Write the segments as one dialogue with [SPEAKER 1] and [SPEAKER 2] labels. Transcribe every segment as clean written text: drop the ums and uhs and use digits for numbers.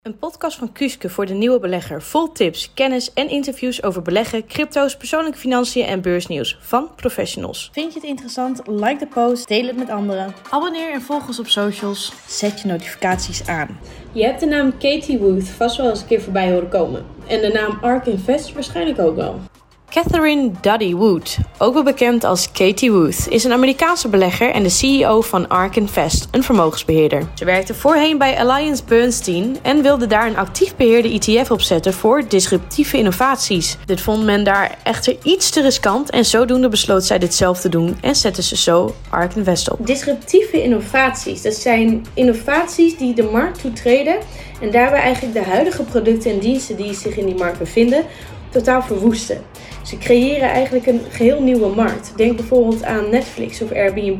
[SPEAKER 1] Een podcast van Kuske voor de nieuwe belegger. Vol tips, kennis en interviews over beleggen, crypto's, persoonlijke financiën en beursnieuws van professionals. Vind je het interessant? Like de post, deel het met anderen. Abonneer en volg ons op socials. Zet je notificaties aan. Je hebt de naam Cathie Wood vast wel eens een keer voorbij horen komen. En de naam ARK Invest waarschijnlijk ook wel. Catherine Duddy Wood, ook wel bekend als Cathie Wood, is een Amerikaanse belegger en de CEO van ARK Invest, een vermogensbeheerder. Ze werkte voorheen bij AllianceBernstein en wilde daar een actief beheerde ETF opzetten voor disruptieve innovaties. Dit vond men daar echter iets te riskant en zodoende besloot zij dit zelf te doen en zette ze zo ARK Invest op. Disruptieve innovaties, dat zijn innovaties die de markt toetreden en daarbij eigenlijk de huidige producten en diensten die zich in die markt bevinden totaal verwoesten. Ze creëren eigenlijk een geheel nieuwe markt. Denk bijvoorbeeld aan Netflix of Airbnb.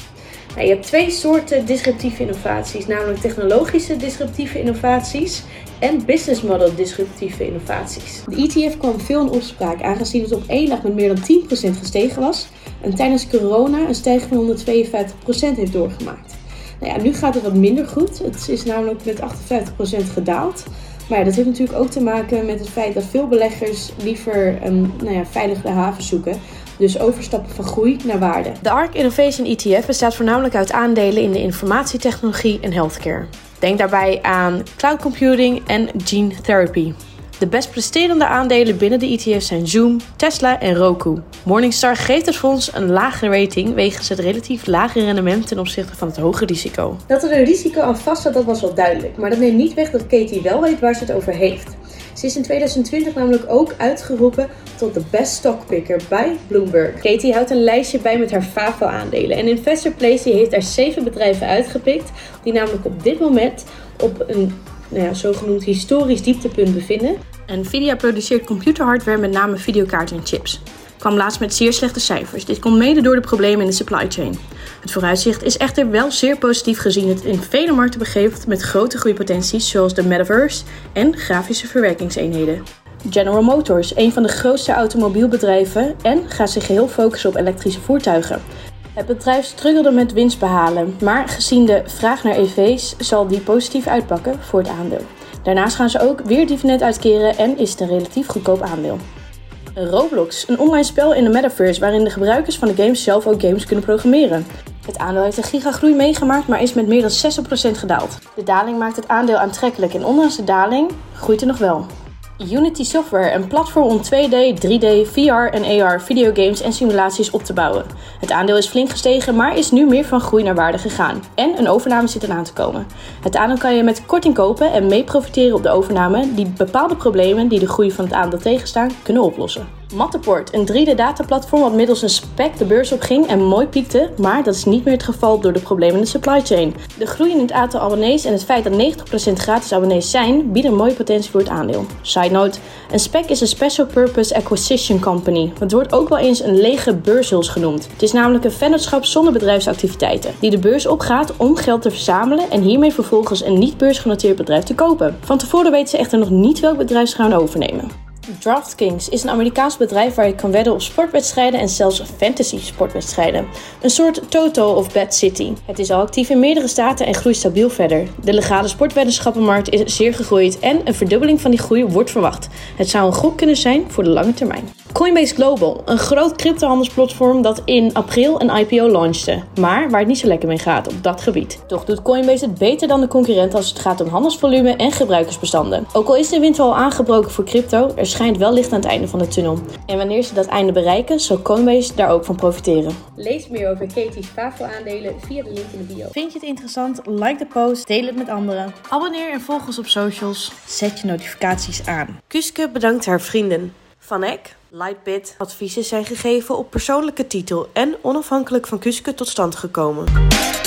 [SPEAKER 1] Je hebt twee soorten disruptieve innovaties, namelijk technologische disruptieve innovaties en business model disruptieve innovaties. De ETF kwam veel in opspraak, aangezien het op één dag met meer dan 10% gestegen was en tijdens corona een stijging van 152% heeft doorgemaakt. Nu gaat het wat minder goed. Het is namelijk met 58% gedaald. Maar dat heeft natuurlijk ook te maken met het feit dat veel beleggers liever een veilige haven zoeken. Dus overstappen van groei naar waarde. De ARK Innovation ETF bestaat voornamelijk uit aandelen in de informatietechnologie en healthcare. Denk daarbij aan cloud computing en gene therapy. De best presterende aandelen binnen de ETF zijn Zoom, Tesla en Roku. Morningstar geeft het fonds een lage rating wegens het relatief lage rendement ten opzichte van het hoge risico. Dat er een risico aan vast zat, dat was wel duidelijk. Maar dat neemt niet weg dat Cathie wel weet waar ze het over heeft. Ze is in 2020 namelijk ook uitgeroepen tot de best stockpicker bij Bloomberg. Cathie houdt een lijstje bij met haar FAVO-aandelen. En InvestorPlace heeft daar 7 bedrijven uitgepikt die namelijk op dit moment op een zogenoemd historisch dieptepunt bevinden. Nvidia produceert computerhardware, met name videokaarten en chips. Kwam laatst met zeer slechte cijfers. Dit komt mede door de problemen in de supply chain. Het vooruitzicht is echter wel zeer positief gezien het in vele markten begeeft met grote groeipotenties zoals de metaverse en grafische verwerkingseenheden. General Motors, een van de grootste automobielbedrijven en gaat zich geheel focussen op elektrische voertuigen. Het bedrijf struggelde met winst behalen, maar gezien de vraag naar EV's zal die positief uitpakken voor het aandeel. Daarnaast gaan ze ook weer dividend uitkeren en is het een relatief goedkoop aandeel. Roblox, een online spel in de metaverse waarin de gebruikers van de games zelf ook games kunnen programmeren. Het aandeel heeft een gigagroei meegemaakt, maar is met meer dan 60% gedaald. De daling maakt het aandeel aantrekkelijk en ondanks de daling groeit het nog wel. Unity Software, een platform om 2D, 3D, VR en AR videogames en simulaties op te bouwen. Het aandeel is flink gestegen, maar is nu meer van groei naar waarde gegaan. En een overname zit eraan te komen. Het aandeel kan je met korting kopen en mee profiteren op de overname die bepaalde problemen die de groei van het aandeel tegenstaan kunnen oplossen. Matterport, een 3D-dataplatform wat middels een SPAC de beurs opging en mooi piekte, maar dat is niet meer het geval door de problemen in de supply chain. De groei in het aantal abonnees en het feit dat 90% gratis abonnees zijn, bieden een mooie potentie voor het aandeel. Side note, een SPAC is een Special Purpose Acquisition Company. Het wordt ook wel eens een lege beurshuls genoemd. Het is namelijk een vennootschap zonder bedrijfsactiviteiten, die de beurs opgaat om geld te verzamelen en hiermee vervolgens een niet beursgenoteerd bedrijf te kopen. Van tevoren weten ze echter nog niet welk bedrijf ze gaan overnemen. DraftKings is een Amerikaans bedrijf waar je kan wedden op sportwedstrijden en zelfs fantasy sportwedstrijden. Een soort Toto of Bad City. Het is al actief in meerdere staten en groeit stabiel verder. De legale sportweddenschappenmarkt is zeer gegroeid en een verdubbeling van die groei wordt verwacht. Het zou een gok kunnen zijn voor de lange termijn. Coinbase Global, een groot cryptohandelsplatform dat in april een IPO launchte, maar waar het niet zo lekker mee gaat op dat gebied. Toch doet Coinbase het beter dan de concurrenten als het gaat om handelsvolume en gebruikersbestanden. Ook al is de wind al aangebroken voor crypto, er schijnt wel licht aan het einde van de tunnel. En wanneer ze dat einde bereiken, zal Coinbase daar ook van profiteren. Lees meer over Cathie's FAVO-aandelen via de link in de bio. Vind je het interessant? Like de post, deel het met anderen. Abonneer en volg ons op socials. Zet je notificaties aan. Kuske bedankt haar vrienden. Van Eck, Lightbit. Adviezen zijn gegeven op persoonlijke titel en onafhankelijk van Kuske tot stand gekomen.